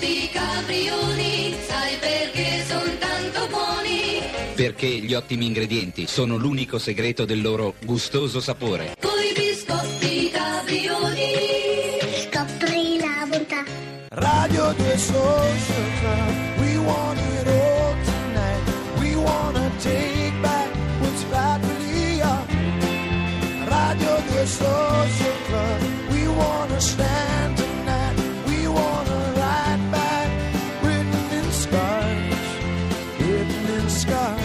biscotti Caprioli, sai perché sono tanto buoni? Perché gli ottimi ingredienti sono l'unico segreto del loro gustoso sapore. Coi biscotti Caprioli scopri la bontà. Radio 2 Social Club, we want it all tonight. We wanna take back what's rightfully ours. Radio 2 Social Club, we wanna stand tonight. We wanna ride back, written in scars, written in scars.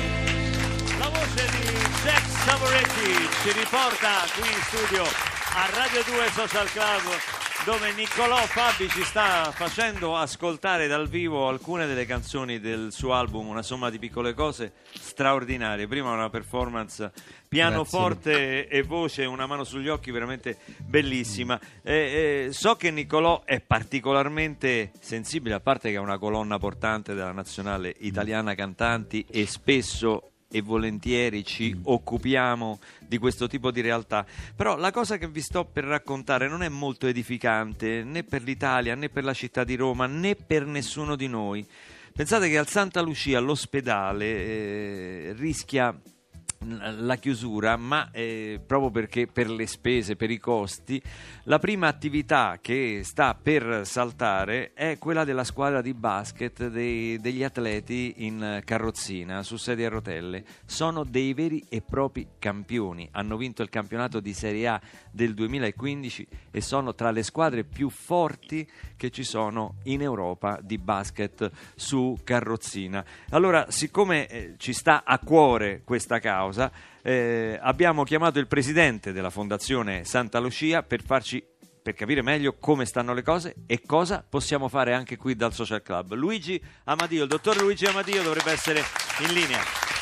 La voce di Jack Savoretti ci riporta qui in studio a Radio 2 Social Club, dove Niccolò Fabi ci sta facendo ascoltare dal vivo alcune delle canzoni del suo album Una somma di piccole cose straordinarie. Prima una performance pianoforte e voce, una mano sugli occhi, veramente bellissima. So che Niccolò è particolarmente sensibile, a parte che è una colonna portante della nazionale italiana cantanti e spesso e volentieri ci occupiamo di questo tipo di realtà, però la cosa che vi sto per raccontare non è molto edificante né per l'Italia, né per la città di Roma, né per nessuno di noi. Pensate che al Santa Lucia l'ospedale rischia la chiusura, ma proprio perché per le spese, per i costi, la prima attività che sta per saltare è quella della squadra di basket degli atleti in carrozzina su sedia a rotelle. Sono dei veri e propri campioni, hanno vinto il campionato di Serie A del 2015 e sono tra le squadre più forti che ci sono in Europa di basket su carrozzina. Allora, siccome ci sta a cuore questa causa, abbiamo chiamato il presidente della Fondazione Santa Lucia per capire meglio come stanno le cose e cosa possiamo fare anche qui dal Social Club. Luigi Amadio, il dottor Luigi Amadio dovrebbe essere in linea.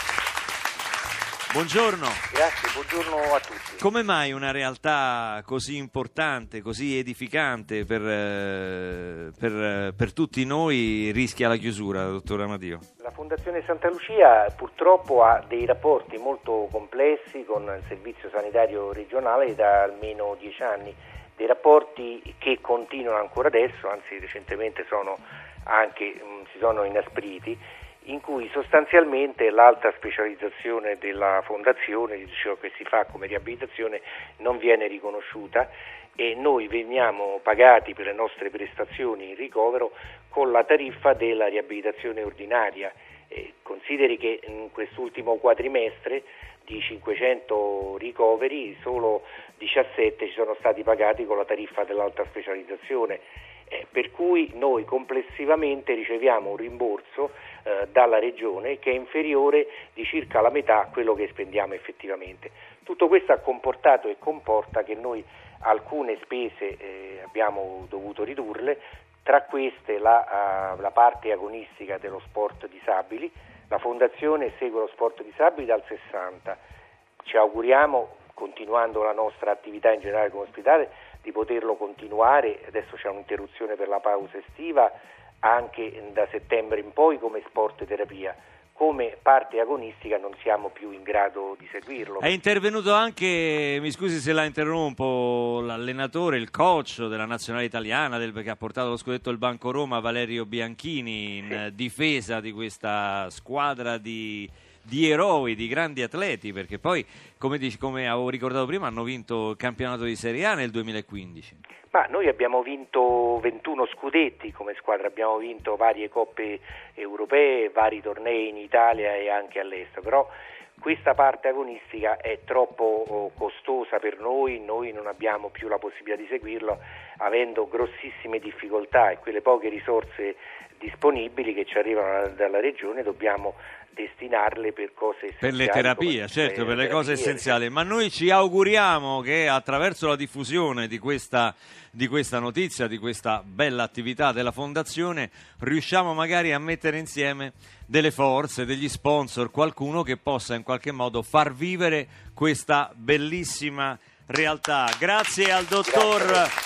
Buongiorno. Grazie, buongiorno a tutti. Come mai una realtà così importante, così edificante per tutti noi rischia la chiusura, dottor Amadio? La Fondazione Santa Lucia purtroppo ha dei rapporti molto complessi con il Servizio Sanitario Regionale da almeno 10 anni, dei rapporti che continuano ancora adesso, anzi recentemente si sono inaspriti, in cui sostanzialmente l'alta specializzazione della fondazione, di ciò che si fa come riabilitazione, non viene riconosciuta e noi veniamo pagati per le nostre prestazioni in ricovero con la tariffa della riabilitazione ordinaria. Consideri che in quest'ultimo quadrimestre di 500 ricoveri solo 17 ci sono stati pagati con la tariffa dell'alta specializzazione. Per cui noi complessivamente riceviamo un rimborso dalla Regione che è inferiore di circa la metà a quello che spendiamo effettivamente. Tutto questo ha comportato e comporta che noi alcune spese abbiamo dovuto ridurle, tra queste la parte agonistica dello sport disabili. La Fondazione segue lo sport disabili dal 60. Ci auguriamo, continuando la nostra attività in generale come ospedale, di poterlo continuare. Adesso c'è un'interruzione per la pausa estiva, anche da settembre in poi come sport terapia. Come parte agonistica non siamo più in grado di seguirlo. È intervenuto anche, mi scusi se la interrompo, l'allenatore, il coach della nazionale italiana che ha portato lo scudetto al Banco Roma, Valerio Bianchini, in difesa di questa squadra di eroi, di grandi atleti, perché poi, come avevo ricordato prima, hanno vinto il campionato di Serie A nel 2015. Ma noi abbiamo vinto 21 scudetti come squadra, abbiamo vinto varie coppe europee, vari tornei in Italia e anche all'estero, però questa parte agonistica è troppo costosa per noi non abbiamo più la possibilità di seguirlo, avendo grossissime difficoltà e quelle poche risorse disponibili che ci arrivano dalla Regione dobbiamo destinarle per cose essenziali. Per le terapie, certo, per le cose essenziali. Ma noi ci auguriamo che attraverso la diffusione di questa notizia, di questa bella attività della Fondazione, riusciamo magari a mettere insieme delle forze, degli sponsor, qualcuno che possa in qualche modo far vivere questa bellissima realtà. Grazie al dottor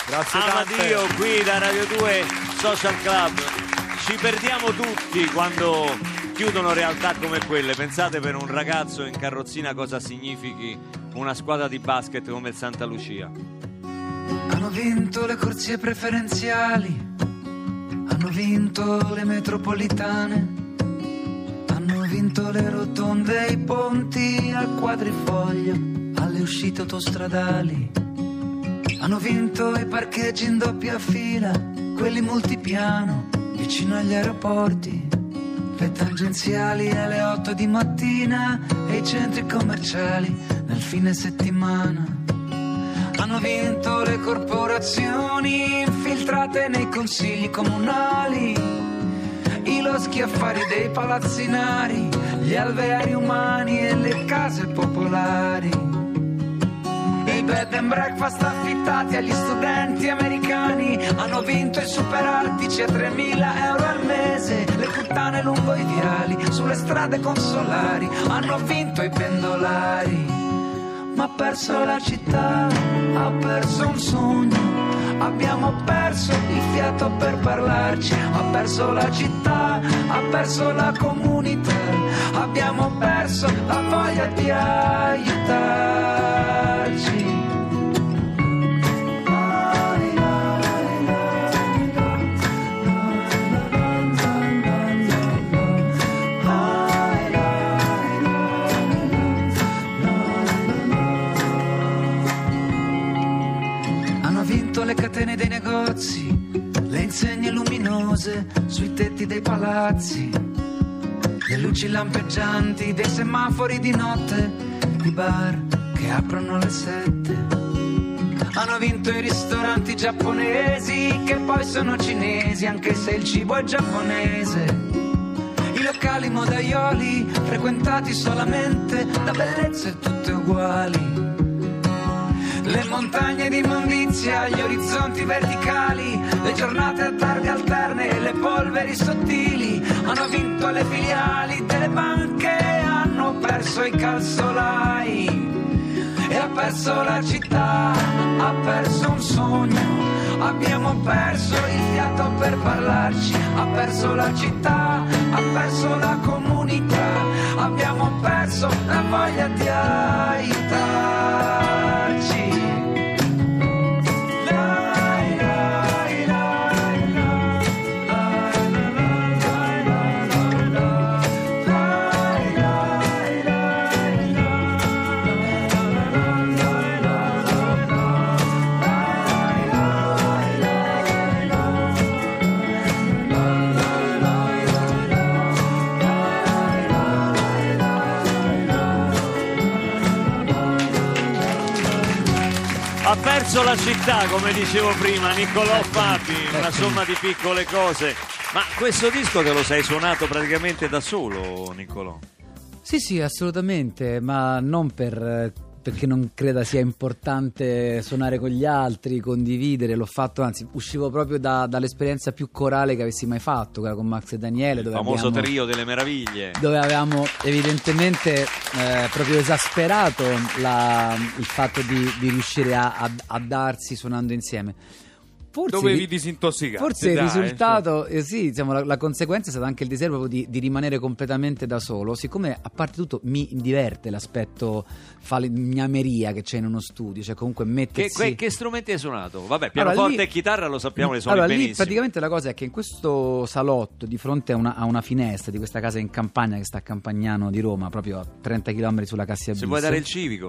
Amadio qui da Radio 2 Social Club. Ci perdiamo tutti quando chiudono realtà come quelle. Pensate per un ragazzo in carrozzina cosa significhi una squadra di basket come il Santa Lucia. Hanno vinto le corsie preferenziali, hanno vinto vinto le metropolitane, hanno vinto le rotonde e i ponti al quadrifoglio, alle uscite autostradali, hanno vinto i parcheggi in doppia fila, quelli multipiano vicino agli aeroporti, le tangenziali alle 8 di mattina e i centri commerciali nel fine settimana. Hanno vinto le corporazioni infiltrate nei consigli comunali, i loschi affari dei palazzinari, gli alveari umani e le case popolari, i bed and breakfast affittati agli studenti americani. Hanno vinto i superartici a 3.000 euro al mese, le puttane lungo i viali, sulle strade consolari. Hanno vinto i pendolari, ma ha perso la città, ha perso un sogno. Abbiamo perso il fiato per parlarci, ha perso la città, ha perso la comunità, abbiamo perso la voglia di aiutarci. Le catene dei negozi, le insegne luminose sui tetti dei palazzi, le luci lampeggianti dei semafori di notte, i bar che aprono alle 7. Hanno vinto i ristoranti giapponesi che poi sono cinesi, anche se il cibo è giapponese. I locali modaioli frequentati solamente da bellezze tutte uguali. Le montagne di immondizia, gli orizzonti verticali, le giornate a targhe alterne e le polveri sottili. Hanno vinto le filiali delle banche, hanno perso i calzolai. E ha perso la città, ha perso un sogno. Abbiamo perso il fiato per parlarci, ha perso la città, ha perso la comunità. Abbiamo perso la voglia di aiutarci. Ha perso la città, come dicevo prima, Niccolò Fabi, una somma di piccole cose. Ma questo disco te lo sei suonato praticamente da solo, Niccolò? Sì, assolutamente, ma non perché non creda sia importante suonare con gli altri, condividere. L'ho fatto, anzi, uscivo proprio dall'esperienza più corale che avessi mai fatto, quella con Max e Daniele. Il famoso trio delle meraviglie. Dove avevamo evidentemente proprio esasperato il fatto di riuscire a darsi suonando insieme. Dovevi disintossicarti. Forse il risultato, sì, diciamo, la conseguenza è stata anche il desiderio proprio di rimanere completamente da solo. Siccome, a parte tutto, mi diverte l'aspetto falegnameria che c'è in uno studio, cioè comunque mettersi... Che strumenti hai suonato? Vabbè, pianoforte e chitarra lo sappiamo, le suoni benissimo. Lì praticamente la cosa è che in questo salotto, di fronte a una finestra di questa casa in campagna che sta a Campagnano di Roma, proprio a 30 km sulla Cassia Bis. Se vuoi dare il civico?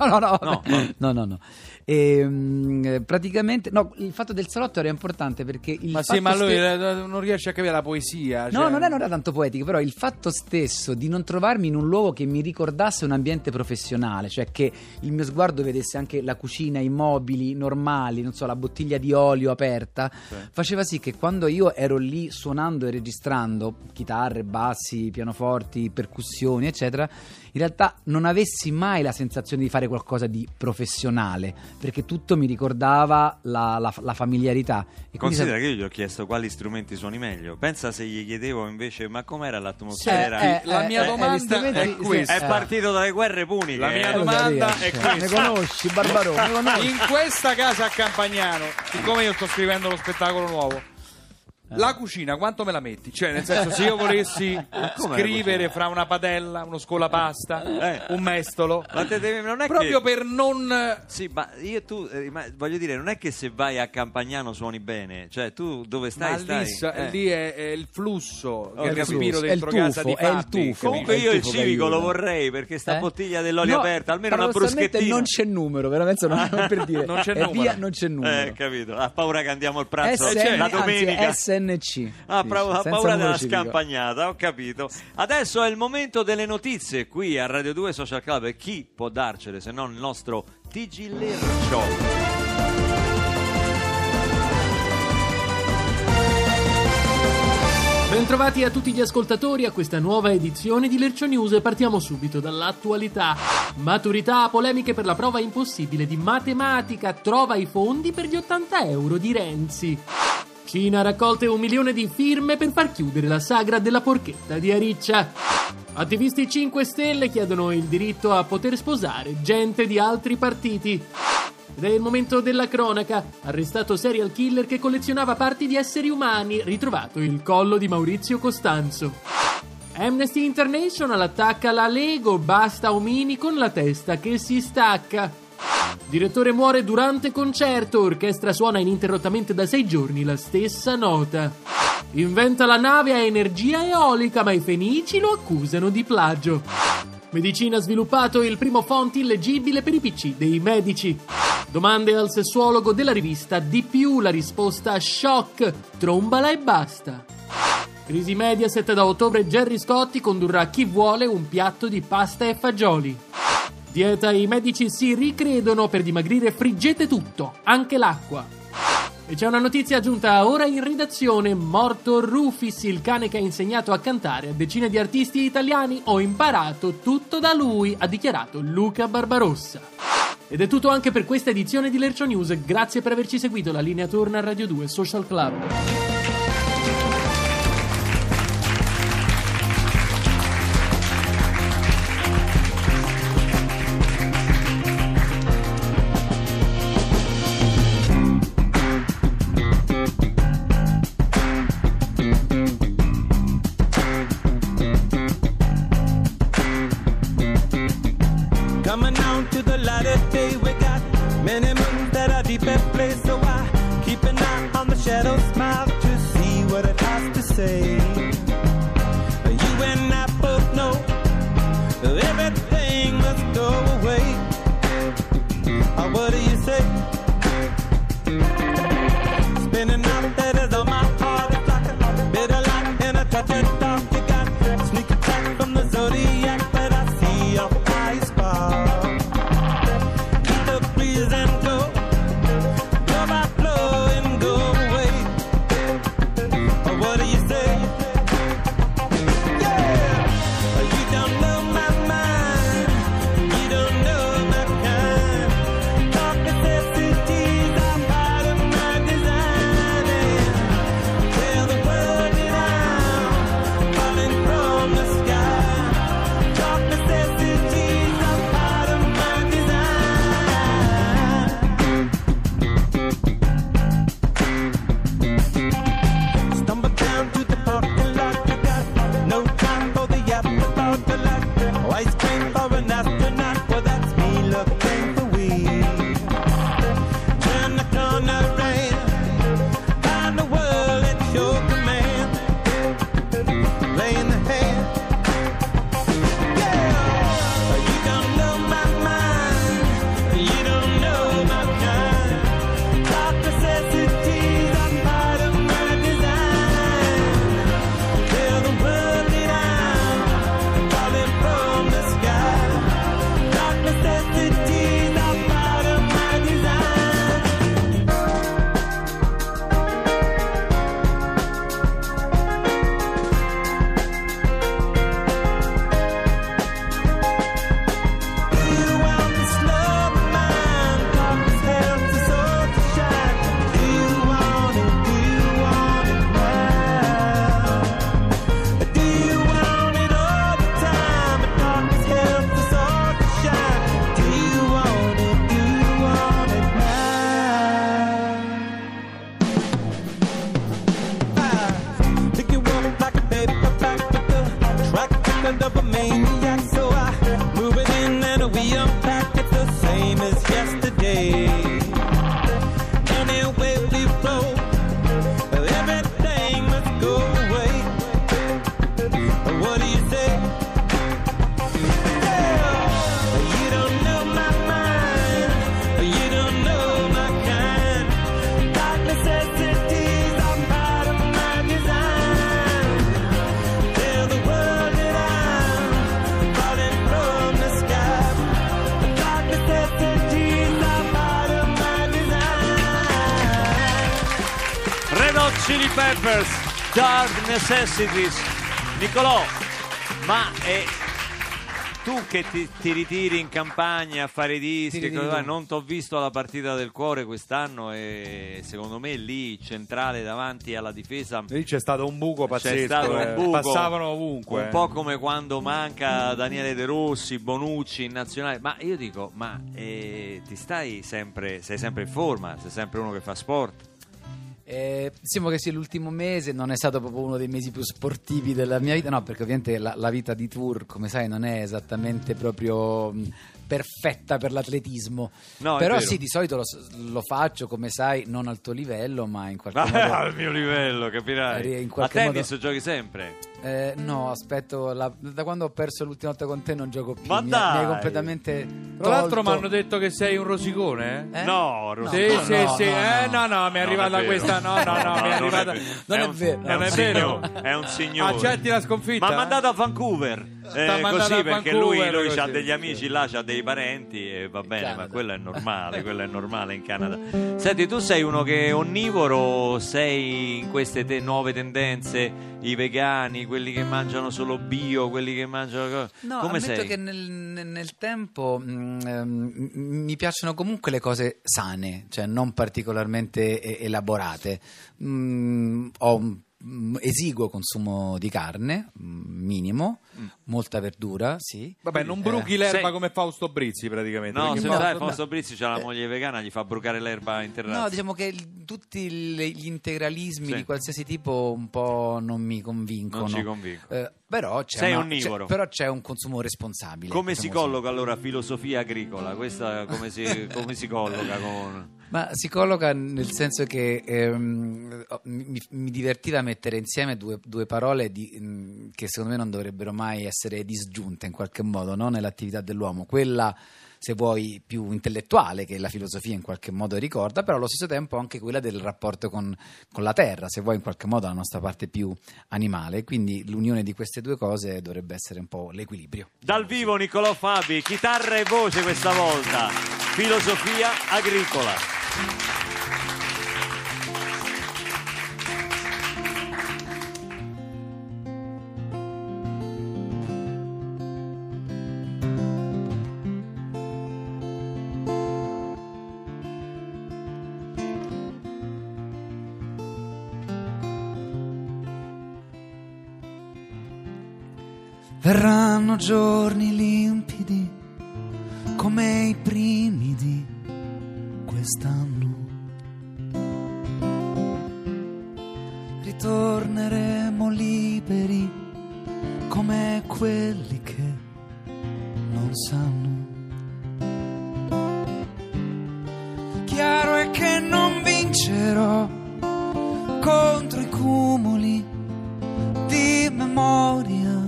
No. Praticamente, no, il fatto del salotto era importante perché lui non riesce a capire la poesia. No, non era tanto poetico, però il fatto stesso di non trovarmi in un luogo che mi ricordasse un ambiente professionale, cioè che il mio sguardo vedesse anche la cucina, i mobili normali, non so, la bottiglia di olio aperta, sì, faceva sì che quando io ero lì suonando e registrando chitarre, bassi, pianoforti, percussioni, eccetera, in realtà non avessi mai la sensazione di fare qualcosa di professionale, perché tutto mi ricordava la familiarità. E considera che io gli ho chiesto quali strumenti suoni meglio. Pensa se gli chiedevo invece ma com'era l'atmosfera. La mia domanda è questa. È partito dalle guerre puniche. La mia domanda è questa. Ne conosci, Barbarone? In questa casa a Campagnano, siccome io sto scrivendo lo spettacolo nuovo, La cucina, quanto me la metti? Cioè, nel senso, se io volessi scrivere fra una padella, uno scolapasta, un mestolo, ma non è proprio che... per non... Sì, ma ma voglio dire, non è che se vai a Campagnano suoni bene, cioè tu dove stai? Ma stai? lì è il flusso che il respiro flusso, dentro è il casa di tufo, è il Fabbi. tufo. Comunque io il civico lo vorrei, perché sta bottiglia dell'olio aperta, almeno una bruschettina. Non c'è numero, veramente non per dire. Non c'è numero. Non c'è numero. Capito? Ha paura che andiamo al pranzo la domenica. Anzi, SNC. Ha paura della scampagnata, ho capito. Adesso è il momento delle notizie qui a Radio 2 Social Club, e chi può darcele se non il nostro TG Lercio. Bentrovati a tutti gli ascoltatori a questa nuova edizione di Lercio News, e partiamo subito dall'attualità. Maturità, polemiche per la prova impossibile di matematica, trova i fondi per gli 80 euro di Renzi. Cina raccolte 1 milione di firme per far chiudere la sagra della porchetta di Ariccia. Attivisti 5 Stelle chiedono il diritto a poter sposare gente di altri partiti. Ed è il momento della cronaca. Arrestato serial killer che collezionava parti di esseri umani, ritrovato il collo di Maurizio Costanzo. Amnesty International attacca la Lego, basta omini con la testa che si stacca. Direttore muore durante concerto, orchestra suona ininterrottamente da 6 giorni la stessa nota. Inventa la nave a energia eolica, ma i fenici lo accusano di plagio. Medicina ha sviluppato il primo font illeggibile per i PC dei medici. Domande al sessuologo della rivista Di più, la risposta shock, trombala e basta. Crisi Mediaset, da ottobre Gerry Scotti condurrà Chi vuole un piatto di pasta e fagioli. Dieta, i medici si ricredono, per dimagrire friggete tutto, anche l'acqua. E c'è una notizia aggiunta ora in redazione: morto Rufus, il cane che ha insegnato a cantare a decine di artisti italiani. Ho imparato tutto da lui, ha dichiarato Luca Barbarossa. Ed è tutto anche per questa edizione di Lercio News. Grazie per averci seguito. La linea torna a Radio 2 Social Club. Coming down to the light of day, we got many moons that are deep at play, so I keep an eye on the shadow smile to see what it has to say. You and I both know everything must go away. What do you say? Spinning out letters on my heart, it's like a bitter light and a touch of dark. You got sneak attack from the zodiac, but I see your eyes fall. Keep the breeze and go, blow by blow and go away. What do you say? Peppers, Dark Necessities. Nicolò, ma tu che ti ritiri in campagna a fare i dischi, non ti ho visto alla partita del cuore quest'anno e secondo me lì centrale davanti alla difesa lì c'è stato un buco pazzesco, c'è stato un buco, passavano ovunque, un po' come quando manca Daniele De Rossi, Bonucci in nazionale. Ma io dico, sei sempre in forma, sei sempre uno che fa sport. Diciamo che sì, l'ultimo mese non è stato proprio uno dei mesi più sportivi della mia vita, no, perché ovviamente la vita di tour, come sai, non è esattamente proprio perfetta per l'atletismo, no, però sì, di solito lo faccio, come sai, non al tuo livello, ma in qualche modo al mio livello, capirai. A tennis giochi sempre? No, aspetto da quando ho perso l'ultima volta con te non gioco più. Ma mi dai! hai completamente tra l'altro mi hanno detto che sei un rosicone, eh? No, rosicone. Sì. No, mi è arrivata questa. No, mi è arrivata. Non è vero. Non è vero. È un signore. Accetti la sconfitta. Ma ha mandato a Vancouver. Così a perché Vancouver, lui ha degli amici là, c'ha dei parenti e va bene, Canada. Ma quello è normale in Canada. Senti, tu sei uno che è onnivoro, sei in queste nuove tendenze, i vegani, quelli che mangiano solo bio, quelli che mangiano... No, come ammetto sei? che nel tempo mi piacciono comunque le cose sane, cioè non particolarmente elaborate. Ho un esiguo consumo di carne, minimo, molta verdura, sì. Vabbè, non bruchi l'erba come Fausto Brizzi praticamente. No, se sai, Fausto Brizzi c'ha la moglie vegana, gli fa brucare l'erba in terrazza. No, diciamo che tutti gli integralismi di qualsiasi tipo un po' non mi convincono. Non ci convincono. Però sei onnivoro. Però c'è un consumo responsabile. Come si colloca allora filosofia agricola? Questa come si colloca con... Ma si colloca nel senso che mi divertiva mettere insieme due parole che secondo me non dovrebbero mai essere disgiunte in qualche modo, no? Nell'attività dell'uomo. Quella, se vuoi, più intellettuale, che la filosofia in qualche modo ricorda, però allo stesso tempo anche quella del rapporto con la terra, se vuoi, in qualche modo la nostra parte più animale. Quindi l'unione di queste due cose dovrebbe essere un po' l'equilibrio. Dal vivo Nicolò Fabi, chitarra e voce questa volta, filosofia agricola. Verranno giorni limpidi come i primi di quest'anno. Ritorneremo liberi come quelli che non sanno. Chiaro è che non vincerò contro i cumuli di memoria,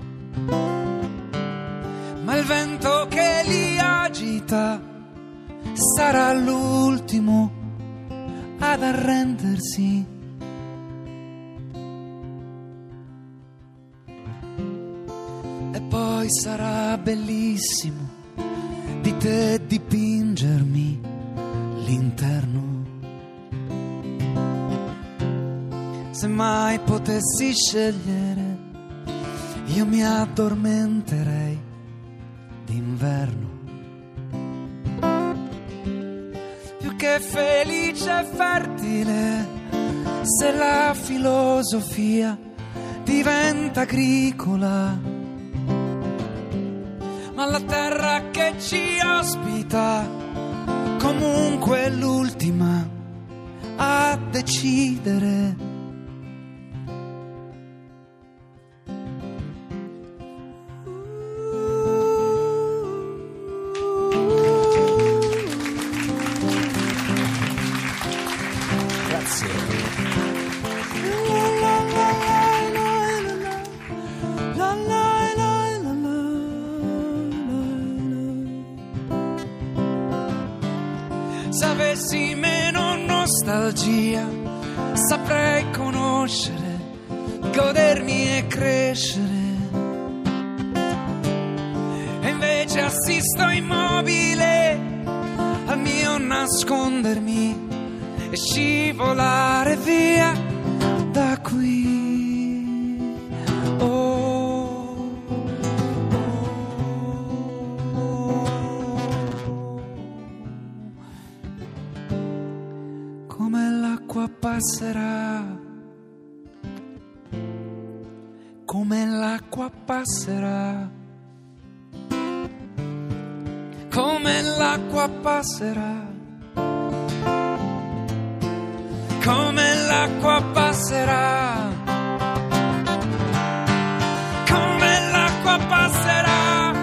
ma il vento che li agita sarà l'ultimo ad arrendersi. E poi sarà bellissimo di te dipingermi l'interno. Se mai potessi scegliere, io mi addormenterei d'inverno. Più che felice e fertile, se la filosofia diventa agricola, ma la terra che ci ospita comunque è l'ultima a decidere. Se avessi meno nostalgia, saprei conoscere, godermi e crescere. E invece assisto immobile al mio nascondermi e scivolare via passerà, come l'acqua passerà, come l'acqua passerà, come l'acqua passerà, come l'acqua passerà,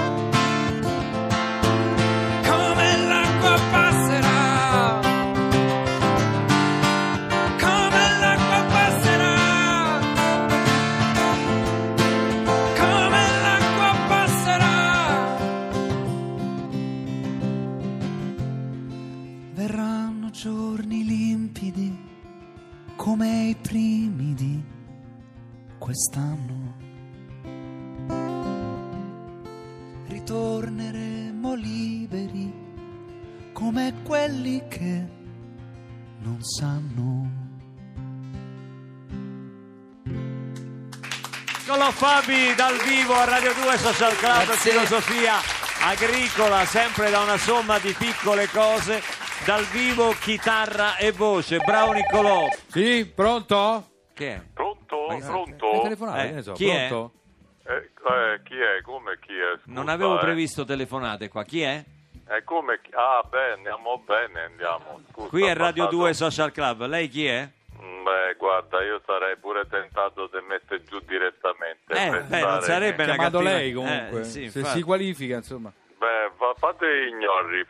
come l'acqua passerà, come l'acqua passerà, come l'acqua passerà. Verranno giorni limpidi come i primi di quest'anno. Ritorneremo liberi come quelli che non sanno. Niccolò Fabi dal vivo a Radio 2 Social Club. Grazie. Filosofia agricola, sempre da una somma di piccole cose. Dal vivo, chitarra e voce. Bravo Niccolò. Sì, pronto? Che è? Pronto? Hai Pronto? telefonato, che ne so, chi è? pronto? Chi è? Come chi è? Scusa, Non avevo previsto telefonate qua. Chi è? Come chi? Ah, beh, andiamo bene, andiamo. Scusa, Qui è Radio passato- 2 Social Club. Lei chi è? Beh, guarda, io sarei pure tentato di mettere giù direttamente. Non sarebbe una Chiamato cattiva... lei comunque, sì, se infatti. si qualifica, insomma. Beh, fate ignori.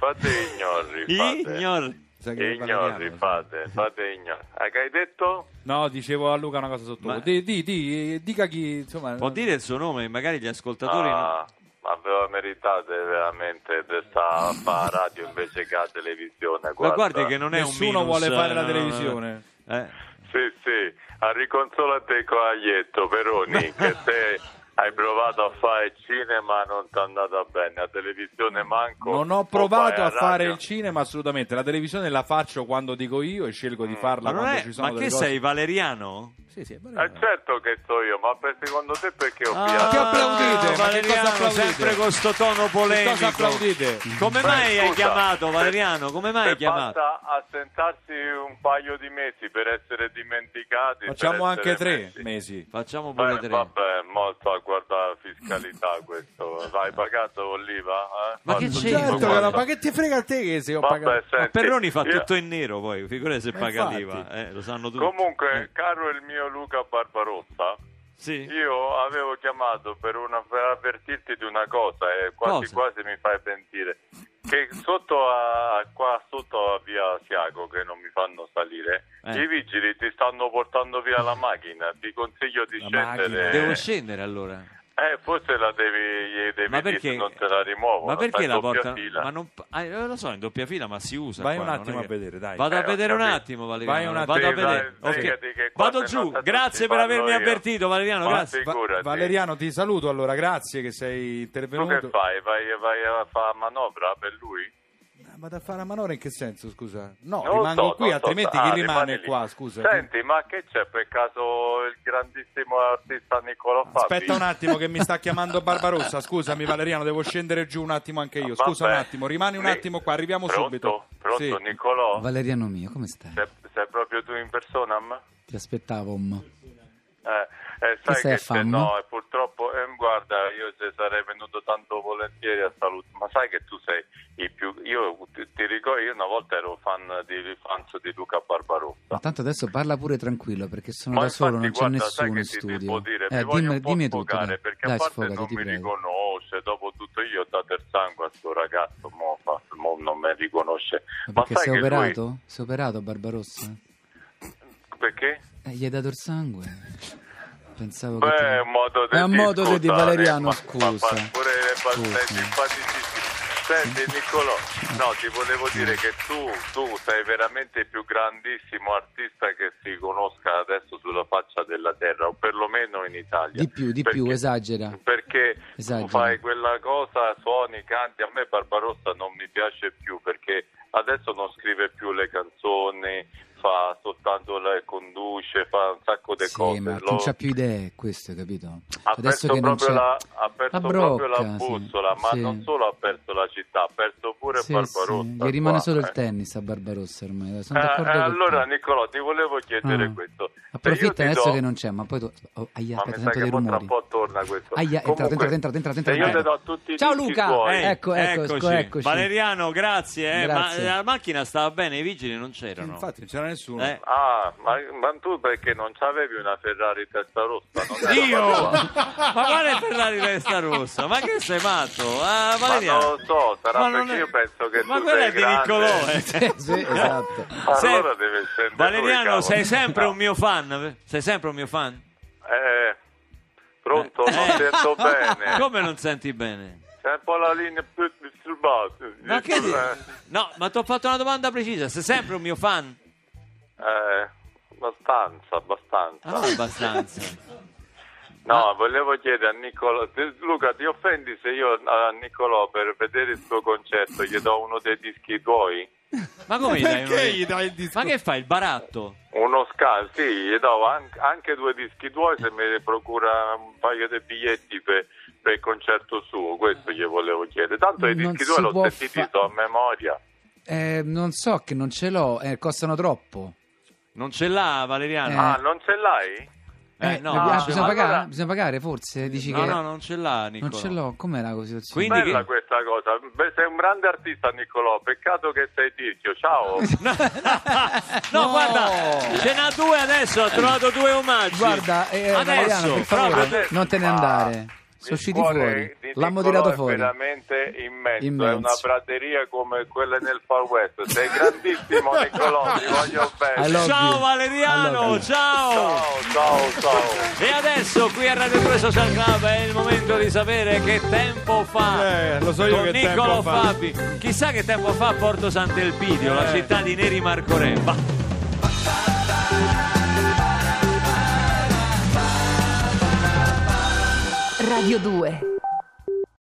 Ignor. Sa che Ignori, fate ignori. Che hai detto? No, dicevo a Luca una cosa sotto. Ma- Dica chi, insomma. Può dire il suo nome? Magari gli ascoltatori... Ah, ma ve lo meritate veramente di stare a fare radio invece che a televisione. Ma guardi che non è Nessuno un minus, vuole fare la no, televisione. Sì, a riconsolate coaglietto, Peroni, che te hai provato a fare cinema non ti è andata bene, la televisione manco. Non ho o provato vai a fare radio. il cinema assolutamente. La televisione la faccio quando dico io e scelgo di farla Ma, non quando è... ci sono Ma delle che cose. sei, Valeriano? Sì, è Certo che so io, ma per secondo te perché ho Che pianto? applaudite? Ma che Valeriano, cosa applaudite? sempre con sto tono Che polemico. cosa applaudite? Come Beh, mai hai scusa, chiamato, Valeriano? Come mai hai Se chiamato? basta assentarsi un paio di mesi per essere dimenticati. Facciamo per anche essere 3 messi. mesi. Facciamo pure Beh, tre. vabbè, molto a guardare la fiscalità questo. Hai pagato Oliva? Ma che Fatto c'entra? tutto Certo, quanto. ma che ti frega a te che se ho Vabbè, pagato? senti, Ma Perroni fa io- tutto in nero poi, figurati se Ma paga infatti. l'IVA, lo sanno tutti. Comunque, caro il mio Luca Barbarossa, Sì. io avevo chiamato per avvertirti di una cosa e quasi Cosa? quasi mi fai pentire. Che qua sotto a via Asiago, che non mi fanno salire, i vigili ti stanno portando via la macchina. Ti consiglio di La scendere. macchina. Devo scendere allora. Forse gli devi Ma dire perché? se non te la rimuovono. Ma perché sta in la doppia portano? fila. Ma non... lo so, in doppia fila, ma si usa. Vai qua, un non attimo è a che- vedere, dai. Vado a ho vedere un capito. attimo, Valeriano. Vai un attimo. Vado a Sì, vedere. dai, Ok. sbrigati che Vado quasi giù. non ti Grazie per parlo avermi io. avvertito, Valeriano. Ma Grazie. figurati. Valeriano, ti saluto allora, grazie che sei Tu intervenuto. che fai? Vai a fare manovra per lui? Vado a fare la manovra in che senso, scusa? No, Non lo rimango so, qui, non so. altrimenti Ah, chi rimani rimane lì. qua, scusa? Senti, ma che c'è per caso il grandissimo artista Niccolò Fabi? Aspetta un attimo che mi sta chiamando Barbarossa, scusami Valeriano, devo scendere giù un attimo anche io. Scusa Vabbè. un attimo, rimani un attimo qua, arriviamo Pronto? subito. Pronto, Sì. Niccolò? Valeriano mio, come stai? Sei proprio tu in persona? Ti aspettavo, mo. Sai stai a che fare, c'è? mo? No, purtroppo, guarda, io se sarei venuto tanto volentieri a salutare, ma sai che tu sei il più... Io ti ricordo, io una volta ero fan di Luca Barbarossa. Ma tanto adesso parla pure tranquillo perché sono Ma da solo, non infatti, c'è guarda, sai nessuno in che ti studio. devo dire, mi voglio Dimmi, un po' dimmi tutto, sfogare, dai. perché Dai, a parte sfogati, non ti mi prego. riconosce, dopo tutto io ho dato il sangue a sto ragazzo, mo non mi riconosce. Ma Ma perché sai sei che operato? Sei operato, Barbarossa? lui... Perché? Gli hai dato il sangue? Pensavo Beh, che... è un modo di È un modo di scusare, Valeriano, ma scusa. pure le Scusa. simpaticissime. Senti Niccolò, no, ti volevo dire che tu sei veramente il più grandissimo artista che si conosca adesso sulla faccia della terra, o perlomeno in Italia. Di più, esagera. Perché Esagera. tu fai quella cosa, suoni, canti, a me Barbarossa non mi piace più perché adesso non scrive più le canzoni, fa soltanto conduce, fa un sacco sacco di Sì, cose. ma non c'ha più idee, questo, capito? Ha Adesso perso che non proprio, c'è ha perso la proprio la brocca, sì, bussola, ma sì. non solo ha perso la città, ha perso pure Sì, Barbarossa. sì, gli rimane qua, solo il tennis a Barbarossa ormai. Sono d'accordo con allora te. Nicolò, ti volevo chiedere Ah. questo. Se Approfitta io ti adesso do- che non c'è, ma poi tu... aia, Ma aspetta, mi sa sento che dei mo tra rumori. un po' torna questo. Aia, Comunque, entra. se io ti do tutti i Ciao dischi Luca! tuoi, Eccoci. Valeriano, grazie. Grazie. Ma la macchina stava bene, i vigili non c'erano. Infatti non c'era nessuno. ma tu perché non c'avevi una Ferrari testa rossa? Non era Io? proprio- Ma quale Ferrari testa rossa? Ma che sei matto? Ma Valeriano. non lo so, sarà Ma non perché è- io penso che Ma tu quella sei è di grande. Sì, Niccolò. esatto. Allora deve essere Valeriano, sei sempre un mio fan? Sei sempre un mio fan? Pronto? Non sento bene. Come non senti bene? C'è un po' la linea più disturbata. Ma che No, ma ti ho fatto una domanda precisa. Sei sempre un mio fan? Abbastanza. Ah, abbastanza. No, volevo chiedere a Niccolò, Luca, ti offendi se io a Niccolò per vedere il suo concerto gli do uno dei dischi tuoi? Ma come gli dai? Perché gli dai il disco? Ma che fai, il baratto? Uno sì, gli do anche 2 dischi tuoi se mi procura un paio di biglietti per il concerto suo, questo gli volevo chiedere. Tanto i Non dischi si tuoi l'ho può sentiti, so a memoria. Non so che non ce l'ho, costano troppo. Non ce l'ha Valeriano? Ah, non ce l'hai? No, bisogna allora- pagare? Bisogna pagare forse? Dici no, che... no, non ce l'ha Niccolò. Non ce l'ho, com'è la situazione? Quindi Bella questa cosa. Beh, sei un grande artista, Niccolò, peccato che sei tizio, ciao. No, guarda, ce n'ha 2 adesso, ha trovato 2 omaggi. Guarda, Valeriano, adesso, per favore, proprio- non te ne andare. Sono usciti Il cuore fuori. di L'hanno Niccolò tirato è fuori. veramente immenso, è Immenso. una prateria come quella nel Far West. Sei grandissimo, Niccolò, ti voglio bene. I love Ciao you. I Valeriano, love you. ciao. Ciao. E adesso qui a Radio 2 Social Club è il momento di sapere che tempo fa. Lo so io con che Niccolò tempo fa. Fabi. Chissà che tempo fa a Porto Sant'Elpidio, la città di Neri Marcorè. Radio 2